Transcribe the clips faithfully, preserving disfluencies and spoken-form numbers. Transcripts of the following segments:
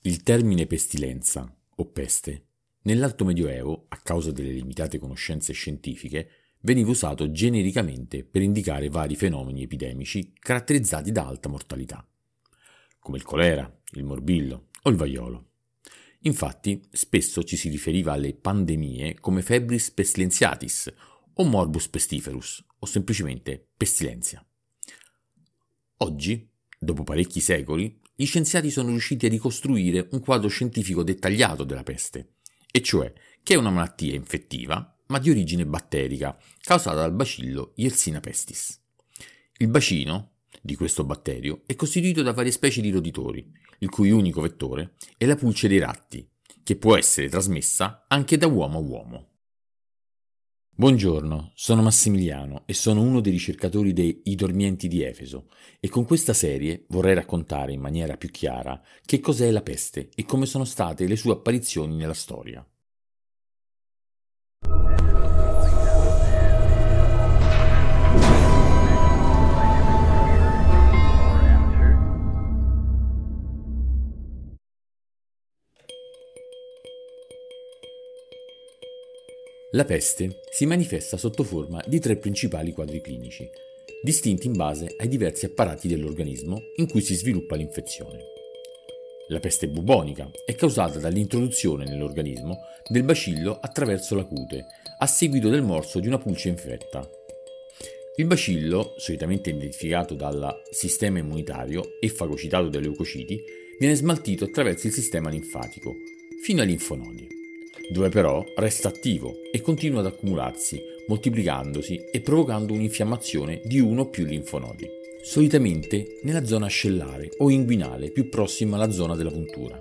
Il termine pestilenza o peste nell'Alto Medioevo, a causa delle limitate conoscenze scientifiche, veniva usato genericamente per indicare vari fenomeni epidemici caratterizzati da alta mortalità, come il colera, il morbillo o il vaiolo. Infatti, spesso ci si riferiva alle pandemie come febris pestilentiatis o morbus pestiferus o semplicemente pestilenzia. Oggi, dopo parecchi secoli, gli scienziati sono riusciti a ricostruire un quadro scientifico dettagliato della peste, e cioè che è una malattia infettiva, ma di origine batterica, causata dal bacillo Yersina pestis. Il bacino di questo batterio è costituito da varie specie di roditori, il cui unico vettore è la pulce dei ratti, che può essere trasmessa anche da uomo a uomo. Buongiorno, sono Massimiliano e sono uno dei ricercatori dei I Dormienti di Efeso e con questa serie vorrei raccontare in maniera più chiara che cos'è la peste e come sono state le sue apparizioni nella storia. La peste si manifesta sotto forma di tre principali quadri clinici, distinti in base ai diversi apparati dell'organismo in cui si sviluppa l'infezione. La peste bubonica è causata dall'introduzione nell'organismo del bacillo attraverso la cute, a seguito del morso di una pulce infetta. Il bacillo, solitamente identificato dal sistema immunitario e fagocitato dai leucociti, viene smaltito attraverso il sistema linfatico, fino ai linfonodi, dove però resta attivo e continua ad accumularsi, moltiplicandosi e provocando un'infiammazione di uno o più linfonodi, solitamente nella zona ascellare o inguinale più prossima alla zona della puntura.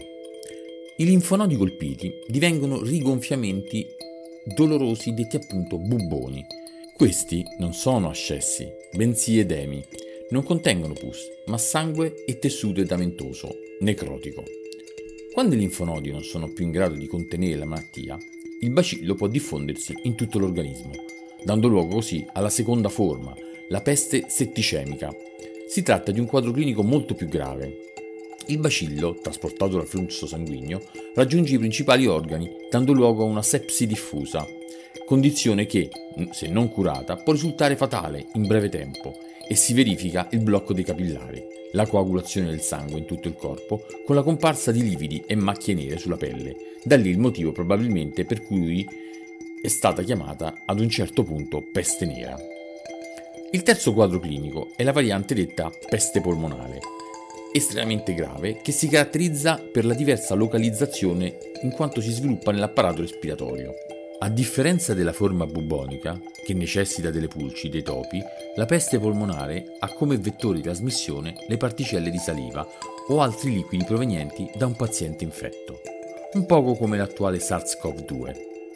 I linfonodi colpiti divengono rigonfiamenti dolorosi detti appunto buboni. Questi non sono ascessi, bensì edemi, non contengono pus, ma sangue e tessuto edamentoso, necrotico. Quando i linfonodi non sono più in grado di contenere la malattia, il bacillo può diffondersi in tutto l'organismo, dando luogo così alla seconda forma, la peste setticemica. Si tratta di un quadro clinico molto più grave. Il bacillo, trasportato dal flusso sanguigno, raggiunge i principali organi, dando luogo a una sepsi diffusa, condizione che, se non curata, può risultare fatale in breve tempo e si verifica il blocco dei capillari, la coagulazione del sangue in tutto il corpo, con la comparsa di lividi e macchie nere sulla pelle, da lì il motivo probabilmente per cui è stata chiamata ad un certo punto peste nera. Il terzo quadro clinico è la variante detta peste polmonare, estremamente grave, che si caratterizza per la diversa localizzazione in quanto si sviluppa nell'apparato respiratorio. A differenza della forma bubonica, che necessita delle pulci, dei topi, la peste polmonare ha come vettore di trasmissione le particelle di saliva o altri liquidi provenienti da un paziente infetto, un poco come l'attuale SARS-CoV due.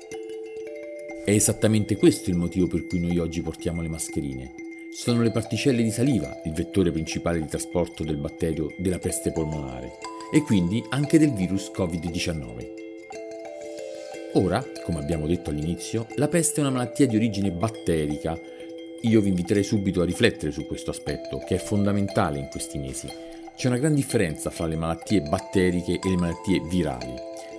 È esattamente questo il motivo per cui noi oggi portiamo le mascherine. Sono le particelle di saliva il vettore principale di trasporto del batterio della peste polmonare e quindi anche del virus covid diciannove. Ora, come abbiamo detto all'inizio, la peste è una malattia di origine batterica. Io vi inviterei subito a riflettere su questo aspetto, che è fondamentale in questi mesi. C'è una gran differenza fra le malattie batteriche e le malattie virali.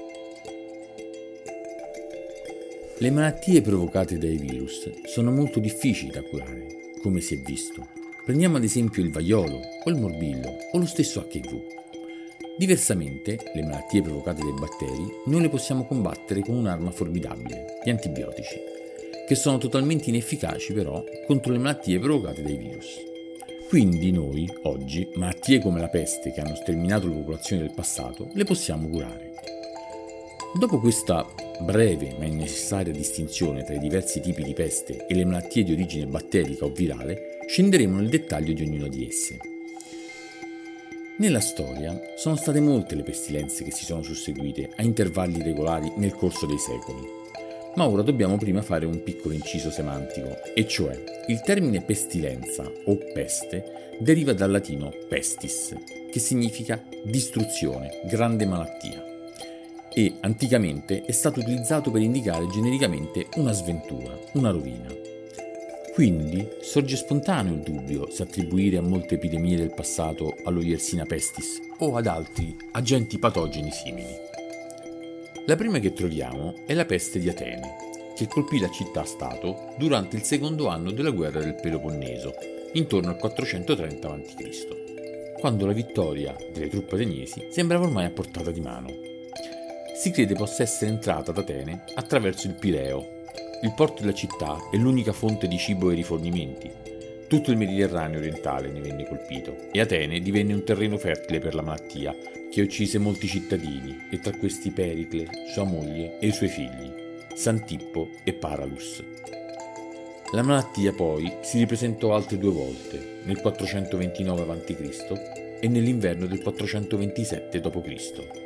Le malattie provocate dai virus sono molto difficili da curare, come si è visto. Prendiamo ad esempio il vaiolo o il morbillo o lo stesso acca i vu. Diversamente, le malattie provocate dai batteri noi le possiamo combattere con un'arma formidabile, gli antibiotici, che sono totalmente inefficaci però contro le malattie provocate dai virus. Quindi noi, oggi, malattie come la peste che hanno sterminato le popolazioni del passato, le possiamo curare. Dopo questa breve ma necessaria distinzione tra i diversi tipi di peste e le malattie di origine batterica o virale, scenderemo nel dettaglio di ognuna di esse. Nella storia sono state molte le pestilenze che si sono susseguite a intervalli regolari nel corso dei secoli, ma ora dobbiamo prima fare un piccolo inciso semantico, e cioè il termine pestilenza o peste deriva dal latino pestis, che significa distruzione, grande malattia, e anticamente è stato utilizzato per indicare genericamente una sventura, una rovina. Quindi sorge spontaneo il dubbio se attribuire a molte epidemie del passato allo Yersinia pestis o ad altri agenti patogeni simili. La prima che troviamo è la peste di Atene, che colpì la città-stato durante il secondo anno della guerra del Peloponneso, intorno al quattrocentotrenta avanti Cristo, quando la vittoria delle truppe ateniesi sembrava ormai a portata di mano. Si crede possa essere entrata ad Atene attraverso il Pireo. Il porto della città è l'unica fonte di cibo e rifornimenti. Tutto il Mediterraneo orientale ne venne colpito e Atene divenne un terreno fertile per la malattia che uccise molti cittadini, e tra questi Pericle, sua moglie e i suoi figli, Santippo e Paralus. La malattia poi si ripresentò altre due volte, nel quattrocentoventinove avanti Cristo e nell'inverno del quattrocentoventisette dopo Cristo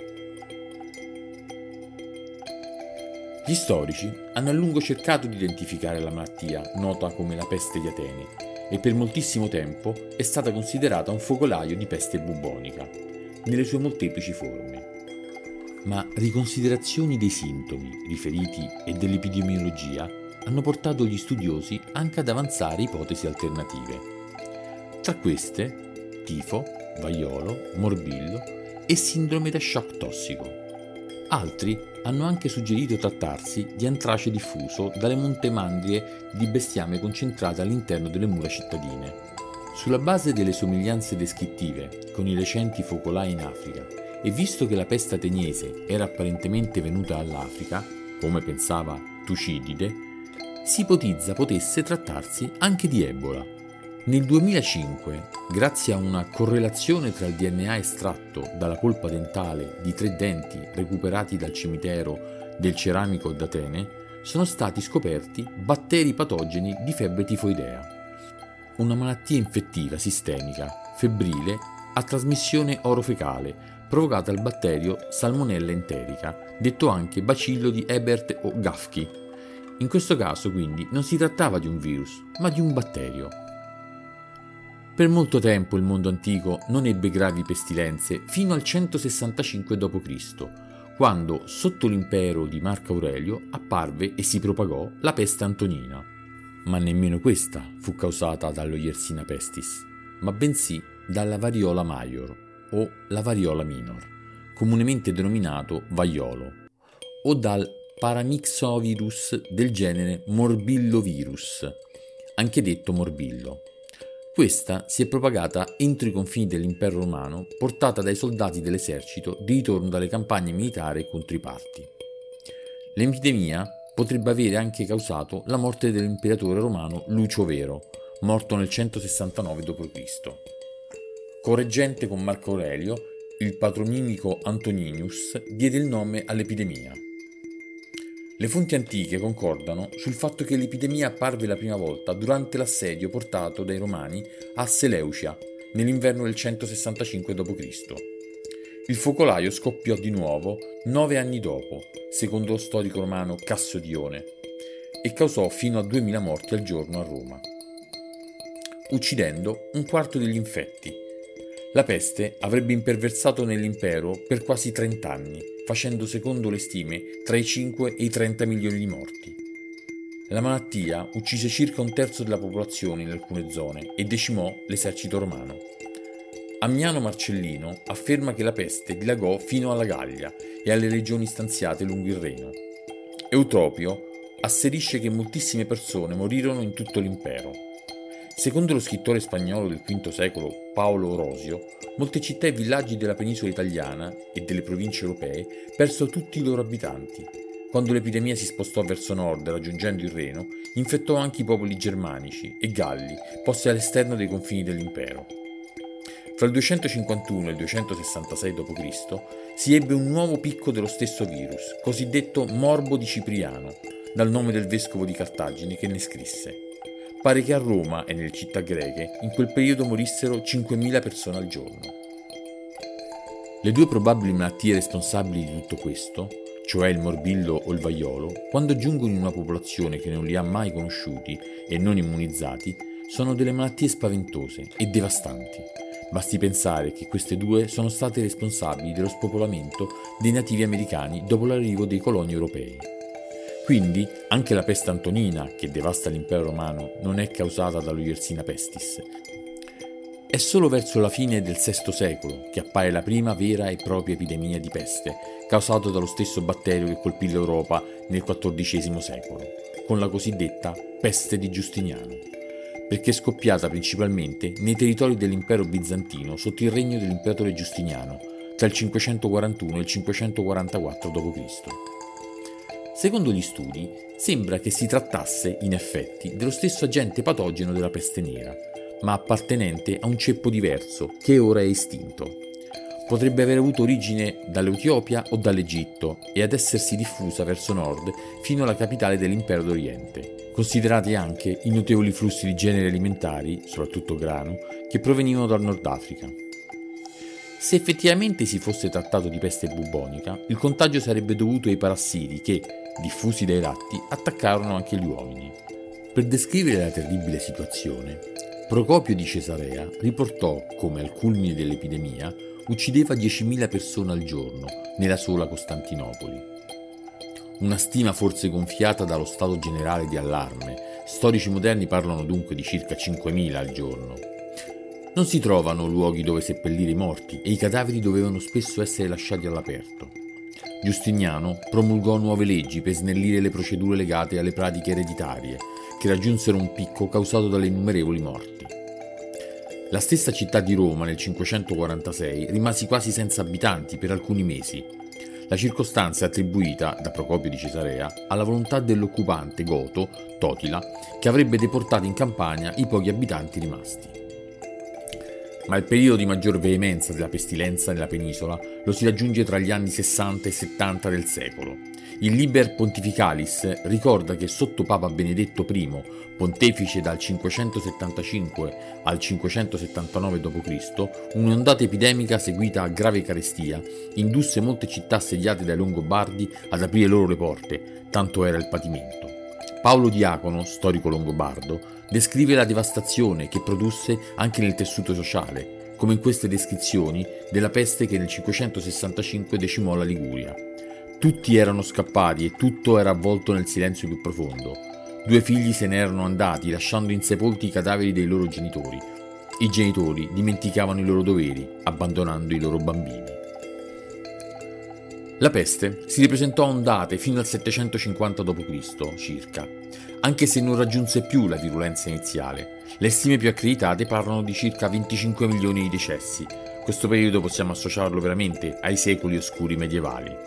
Gli storici hanno a lungo cercato di identificare la malattia, nota come la peste di Atene, e per moltissimo tempo è stata considerata un focolaio di peste bubonica, nelle sue molteplici forme. Ma riconsiderazioni dei sintomi riferiti e dell'epidemiologia hanno portato gli studiosi anche ad avanzare ipotesi alternative. Tra queste, tifo, vaiolo, morbillo e sindrome da shock tossico. Altri hanno anche suggerito trattarsi di antrace diffuso dalle montemandrie di bestiame concentrate all'interno delle mura cittadine. Sulla base delle somiglianze descrittive con i recenti focolai in Africa, e visto che la peste ateniese era apparentemente venuta dall'Africa, come pensava Tucidide, si ipotizza potesse trattarsi anche di Ebola. Nel duemilacinque, grazie a una correlazione tra il D N A estratto dalla polpa dentale di tre denti recuperati dal cimitero del Ceramico d'Atene, sono stati scoperti batteri patogeni di febbre tifoidea, una malattia infettiva sistemica, febbrile, a trasmissione orofecale, provocata dal batterio Salmonella enterica, detto anche bacillo di Ebert o Gafchi. In questo caso, quindi, non si trattava di un virus, ma di un batterio. Per molto tempo il mondo antico non ebbe gravi pestilenze fino al centosessantacinque dopo Cristo, quando, sotto l'impero di Marco Aurelio, apparve e si propagò la peste antonina. Ma nemmeno questa fu causata dallo Yersinia pestis, ma bensì dalla variola maior o la variola minor, comunemente denominato vaiolo, o dal paramyxovirus del genere morbillovirus, anche detto morbillo. Questa si è propagata entro i confini dell'impero romano, portata dai soldati dell'esercito di ritorno dalle campagne militari contro i Parti. L'epidemia potrebbe avere anche causato la morte dell'imperatore romano Lucio Vero, morto nel centosessantanove dopo Cristo Correggente con Marco Aurelio, il patronimico Antoninus diede il nome all'epidemia. Le fonti antiche concordano sul fatto che l'epidemia apparve la prima volta durante l'assedio portato dai Romani a Seleucia nell'inverno del centosessantacinque dopo Cristo Il focolaio scoppiò di nuovo nove anni dopo, secondo lo storico romano Cassio Dione, e causò fino a duemila morti al giorno a Roma, uccidendo un quarto degli infetti. La peste avrebbe imperversato nell'impero per quasi trenta anni, facendo secondo le stime tra i cinque e i trenta milioni di morti. La malattia uccise circa un terzo della popolazione in alcune zone e decimò l'esercito romano. Ammiano Marcellino afferma che la peste dilagò fino alla Gallia e alle regioni stanziate lungo il Reno. Eutropio asserisce che moltissime persone morirono in tutto l'impero. Secondo lo scrittore spagnolo del quinto secolo Paolo Orosio, molte città e villaggi della penisola italiana e delle province europee persero tutti i loro abitanti. Quando l'epidemia si spostò verso nord, raggiungendo il Reno, infettò anche i popoli germanici e galli, posti all'esterno dei confini dell'impero. Tra il duecentocinquantuno e il duecentosessantasei dopo Cristo si ebbe un nuovo picco dello stesso virus, cosiddetto morbo di Cipriano, dal nome del vescovo di Cartagine che ne scrisse. Pare che a Roma e nelle città greche in quel periodo morissero cinquemila persone al giorno. Le due probabili malattie responsabili di tutto questo, cioè il morbillo o il vaiolo, quando giungono in una popolazione che non li ha mai conosciuti e non immunizzati, sono delle malattie spaventose e devastanti. Basti pensare che queste due sono state responsabili dello spopolamento dei nativi americani dopo l'arrivo dei coloni europei. Quindi anche la peste antonina, che devasta l'impero romano, non è causata dallo Yersina pestis. È solo verso la fine del sesto secolo che appare la prima vera e propria epidemia di peste, causata dallo stesso batterio che colpì l'Europa nel quattordicesimo secolo, con la cosiddetta peste di Giustiniano, perché è scoppiata principalmente nei territori dell'impero bizantino sotto il regno dell'imperatore Giustiniano, tra il cinquecentoquarantuno e il cinquecentoquarantaquattro dopo Cristo. Secondo gli studi, sembra che si trattasse, in effetti, dello stesso agente patogeno della peste nera, ma appartenente a un ceppo diverso che ora è estinto. Potrebbe aver avuto origine dall'Etiopia o dall'Egitto e ad essersi diffusa verso nord fino alla capitale dell'impero d'Oriente, considerati anche i notevoli flussi di generi alimentari, soprattutto grano, che provenivano dal Nord Africa. Se effettivamente si fosse trattato di peste bubonica, il contagio sarebbe dovuto ai parassiti che, diffusi dai ratti, attaccarono anche gli uomini. Per descrivere la terribile situazione, Procopio di Cesarea riportò come al culmine dell'epidemia uccideva diecimila persone al giorno nella sola Costantinopoli. Una stima forse gonfiata dallo stato generale di allarme, storici moderni parlano dunque di circa cinquemila al giorno. Non si trovano luoghi dove seppellire i morti e i cadaveri dovevano spesso essere lasciati all'aperto. Giustiniano promulgò nuove leggi per snellire le procedure legate alle pratiche ereditarie, che raggiunsero un picco causato dalle innumerevoli morti. La stessa città di Roma nel cinquecentoquarantasei rimase quasi senza abitanti per alcuni mesi. La circostanza è attribuita, da Procopio di Cesarea, alla volontà dell'occupante goto, Totila, che avrebbe deportato in Campania i pochi abitanti rimasti. Ma il periodo di maggior veemenza della pestilenza nella penisola lo si raggiunge tra gli anni sessanta e settanta del secolo. Il Liber Pontificalis ricorda che sotto Papa Benedetto I, pontefice dal cinquecentosettantacinque al cinquecentosettantanove dopo Cristo, un'ondata epidemica seguita a grave carestia indusse molte città assediate dai Longobardi ad aprire loro le porte, tanto era il patimento. Paolo Diacono, storico longobardo, descrive la devastazione che produsse anche nel tessuto sociale, come in queste descrizioni della peste che nel cinquecentosessantacinque decimò la Liguria. Tutti erano scappati e tutto era avvolto nel silenzio più profondo. Due figli se ne erano andati, lasciando insepolti i cadaveri dei loro genitori. I genitori dimenticavano i loro doveri, abbandonando i loro bambini. La peste si ripresentò a ondate fino al settecentocinquanta dopo Cristo circa, anche se non raggiunse più la virulenza iniziale. Le stime più accreditate parlano di circa venticinque milioni di decessi. Questo periodo possiamo associarlo veramente ai secoli oscuri medievali.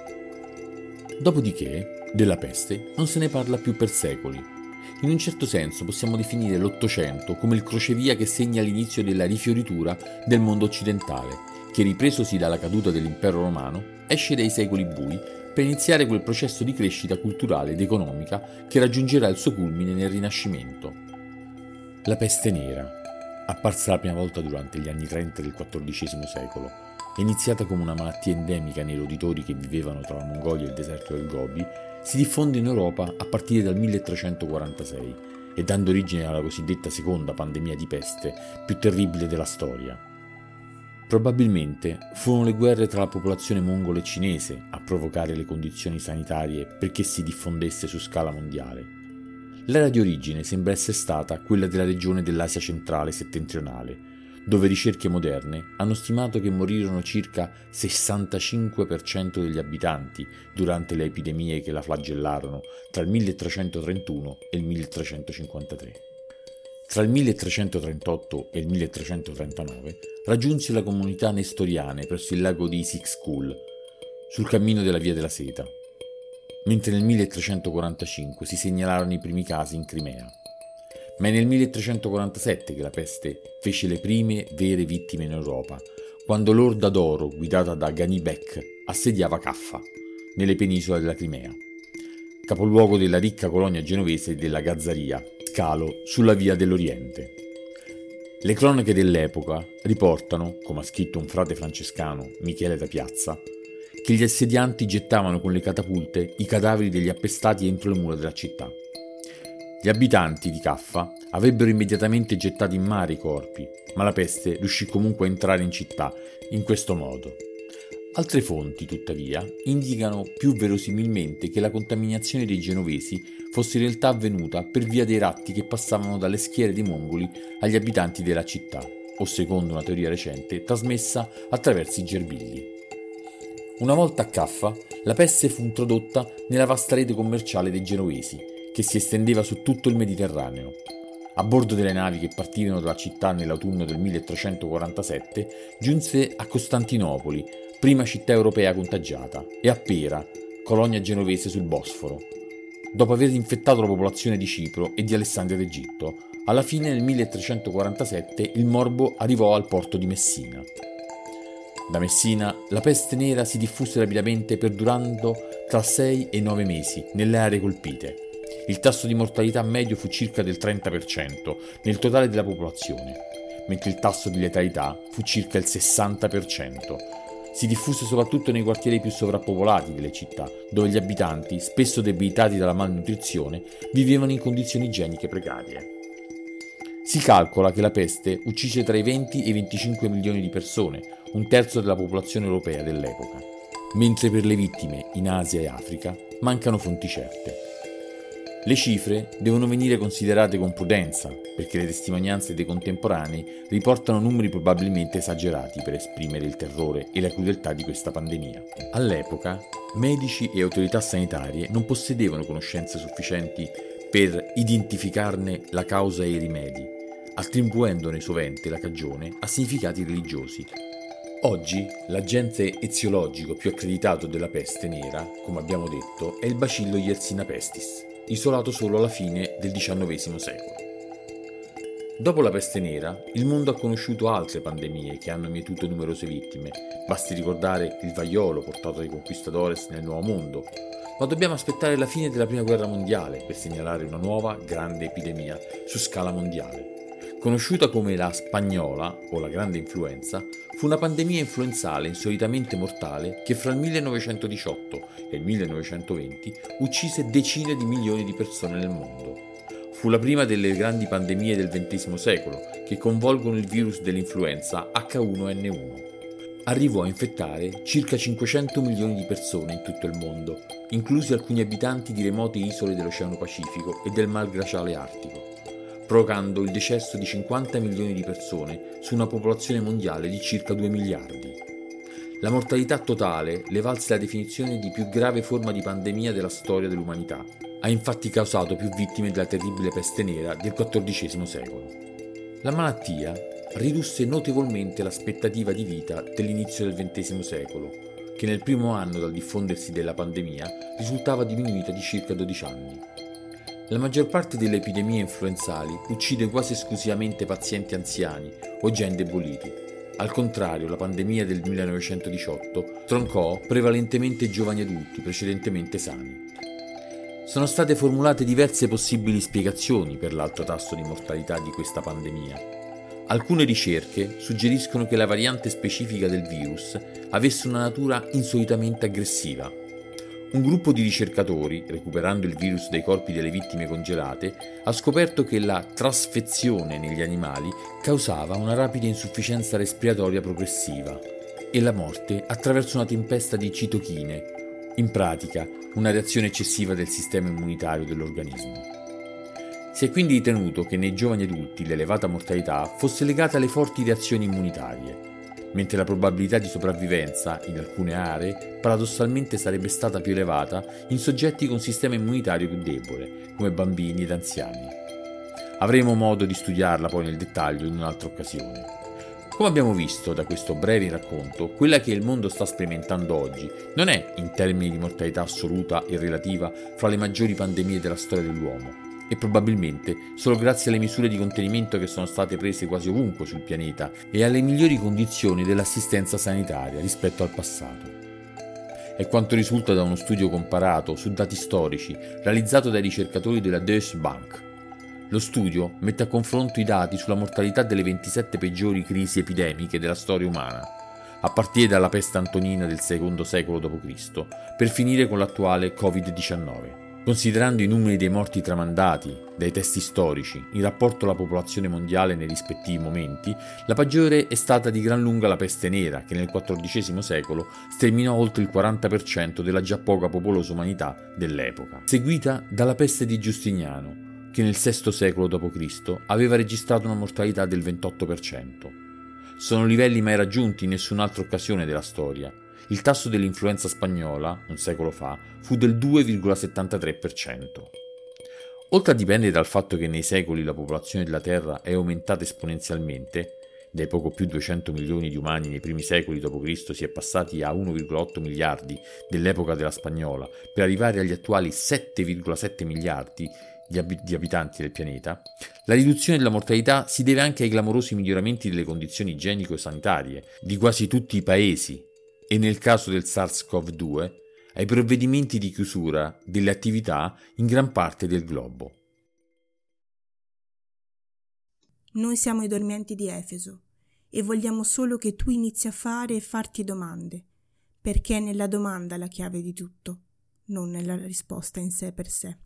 Dopodiché, della peste non se ne parla più per secoli. In un certo senso possiamo definire l'Ottocento come il crocevia che segna l'inizio della rifioritura del mondo occidentale, che ripresosi dalla caduta dell'impero romano esce dai secoli bui per iniziare quel processo di crescita culturale ed economica che raggiungerà il suo culmine nel Rinascimento. La peste nera, apparsa la prima volta durante gli anni trenta del quattordicesimo secolo, è iniziata come una malattia endemica nei roditori che vivevano tra la Mongolia e il deserto del Gobi, si diffonde in Europa a partire dal milletrecentoquarantasei e dando origine alla cosiddetta seconda pandemia di peste più terribile della storia. Probabilmente furono le guerre tra la popolazione mongola e cinese a provocare le condizioni sanitarie perché si diffondesse su scala mondiale. L'era di origine sembra essere stata quella della regione dell'Asia centrale settentrionale, dove ricerche moderne hanno stimato che morirono circa sessantacinque per cento degli abitanti durante le epidemie che la flagellarono tra il milletrecentotrentuno e il milletrecentocinquantatré. Tra il milletrecentotrentotto e il milletrecentotrentanove raggiunse la comunità nestoriane presso il lago di Issyk-Kul, sul cammino della Via della Seta, mentre nel milletrecentoquarantacinque si segnalarono i primi casi in Crimea. Ma è nel milletrecentoquarantasette che la peste fece le prime vere vittime in Europa, quando l'Orda d'Oro, guidata da Ghani Bek, assediava Caffa, nelle penisole della Crimea, capoluogo della ricca colonia genovese della Gazzaria, Scalo, sulla via dell'Oriente. Le cronache dell'epoca riportano, come ha scritto un frate francescano, Michele da Piazza, che gli assedianti gettavano con le catapulte i cadaveri degli appestati entro le mura della città. Gli abitanti di Caffa avrebbero immediatamente gettato in mare i corpi, ma la peste riuscì comunque a entrare in città in questo modo. Altre fonti, tuttavia, indicano più verosimilmente che la contaminazione dei genovesi fosse in realtà avvenuta per via dei ratti che passavano dalle schiere dei mongoli agli abitanti della città, o secondo una teoria recente, trasmessa attraverso i gerbilli. Una volta a Caffa, la peste fu introdotta nella vasta rete commerciale dei genovesi, che si estendeva su tutto il Mediterraneo. A bordo delle navi che partivano dalla città nell'autunno del milletrecentoquarantasette, giunse a Costantinopoli, prima città europea contagiata, e a Pera, colonia genovese sul Bosforo. Dopo aver infettato la popolazione di Cipro e di Alessandria d'Egitto, alla fine del milletrecentoquarantasette il morbo arrivò al porto di Messina. Da Messina la peste nera si diffuse rapidamente perdurando tra sei e nove mesi nelle aree colpite. Il tasso di mortalità medio fu circa del trenta per cento nel totale della popolazione, mentre il tasso di letalità fu circa il sessanta per cento. Si diffuse soprattutto nei quartieri più sovrappopolati delle città, dove gli abitanti, spesso debilitati dalla malnutrizione, vivevano in condizioni igieniche precarie. Si calcola che la peste uccise tra i venti e i venticinque milioni di persone, un terzo della popolazione europea dell'epoca, mentre per le vittime in Asia e Africa mancano fonti certe. Le cifre devono venire considerate con prudenza, perché le testimonianze dei contemporanei riportano numeri probabilmente esagerati per esprimere il terrore e la crudeltà di questa pandemia. All'epoca, medici e autorità sanitarie non possedevano conoscenze sufficienti per identificarne la causa e i rimedi, attribuendone sovente la cagione a significati religiosi. Oggi l'agente eziologico più accreditato della peste nera, come abbiamo detto, è il bacillo Yersinia pestis, isolato solo alla fine del diciannovesimo secolo. Dopo la peste nera, il mondo ha conosciuto altre pandemie che hanno mietuto numerose vittime. Basti ricordare il vaiolo portato dai conquistadores nel Nuovo Mondo, ma dobbiamo aspettare la fine della Prima Guerra Mondiale per segnalare una nuova grande epidemia su scala mondiale. Conosciuta come la spagnola o la grande influenza, fu una pandemia influenzale insolitamente mortale che fra il millenovecentodiciotto e il millenovecentoventi uccise decine di milioni di persone nel mondo. Fu la prima delle grandi pandemie del ventesimo secolo che coinvolgono il virus dell'influenza acca uno enne uno. Arrivò a infettare circa cinquecento milioni di persone in tutto il mondo, inclusi alcuni abitanti di remote isole dell'Oceano Pacifico e del Mar Glaciale Artico, provocando il decesso di cinquanta milioni di persone su una popolazione mondiale di circa due miliardi. La mortalità totale le valse la definizione di più grave forma di pandemia della storia dell'umanità. Ha infatti causato più vittime della terribile peste nera del quattordicesimo secolo. La malattia ridusse notevolmente l'aspettativa di vita dell'inizio del ventesimo secolo, che nel primo anno dal diffondersi della pandemia risultava diminuita di circa dodici anni. La maggior parte delle epidemie influenzali uccide quasi esclusivamente pazienti anziani o già indeboliti. Al contrario, la pandemia del millenovecentodiciotto troncò prevalentemente giovani adulti precedentemente sani. Sono state formulate diverse possibili spiegazioni per l'alto tasso di mortalità di questa pandemia. Alcune ricerche suggeriscono che la variante specifica del virus avesse una natura insolitamente aggressiva. Un gruppo di ricercatori, recuperando il virus dai corpi delle vittime congelate, ha scoperto che la trasfezione negli animali causava una rapida insufficienza respiratoria progressiva e la morte attraverso una tempesta di citochine, in pratica una reazione eccessiva del sistema immunitario dell'organismo. Si è quindi ritenuto che nei giovani adulti l'elevata mortalità fosse legata alle forti reazioni immunitarie, mentre la probabilità di sopravvivenza in alcune aree paradossalmente sarebbe stata più elevata in soggetti con sistema immunitario più debole, come bambini ed anziani. Avremo modo di studiarla poi nel dettaglio in un'altra occasione. Come abbiamo visto da questo breve racconto, quella che il mondo sta sperimentando oggi non è, in termini di mortalità assoluta e relativa, fra le maggiori pandemie della storia dell'uomo, e probabilmente solo grazie alle misure di contenimento che sono state prese quasi ovunque sul pianeta e alle migliori condizioni dell'assistenza sanitaria rispetto al passato. È quanto risulta da uno studio comparato su dati storici realizzato dai ricercatori della Deutsche Bank. Lo studio mette a confronto i dati sulla mortalità delle ventisette peggiori crisi epidemiche della storia umana, a partire dalla peste antonina del secondo secolo dopo Cristo, per finire con l'attuale covid diciannove. Considerando i numeri dei morti tramandati dai testi storici in rapporto alla popolazione mondiale nei rispettivi momenti, la peggiore è stata di gran lunga la peste nera, che nel quattordicesimo secolo sterminò oltre il quaranta per cento della già poca popolosa umanità dell'epoca, seguita dalla peste di Giustiniano, che nel sesto secolo dopo Cristo aveva registrato una mortalità del ventotto per cento. Sono livelli mai raggiunti in nessun'altra occasione della storia. Il tasso dell'influenza spagnola, un secolo fa, fu del due virgola settantatré per cento. Oltre a dipendere dal fatto che nei secoli la popolazione della Terra è aumentata esponenzialmente, dai poco più duecento milioni di umani nei primi secoli dopo Cristo si è passati a uno virgola otto miliardi dell'epoca della spagnola, per arrivare agli attuali sette virgola sette miliardi di, ab- di abitanti del pianeta, la riduzione della mortalità si deve anche ai clamorosi miglioramenti delle condizioni igienico-sanitarie di quasi tutti i paesi, e nel caso del SARS-CoV due, ai provvedimenti di chiusura delle attività in gran parte del globo. Noi siamo i dormienti di Efeso e vogliamo solo che tu inizi a fare e farti domande, perché è nella domanda la chiave di tutto, non nella risposta in sé per sé.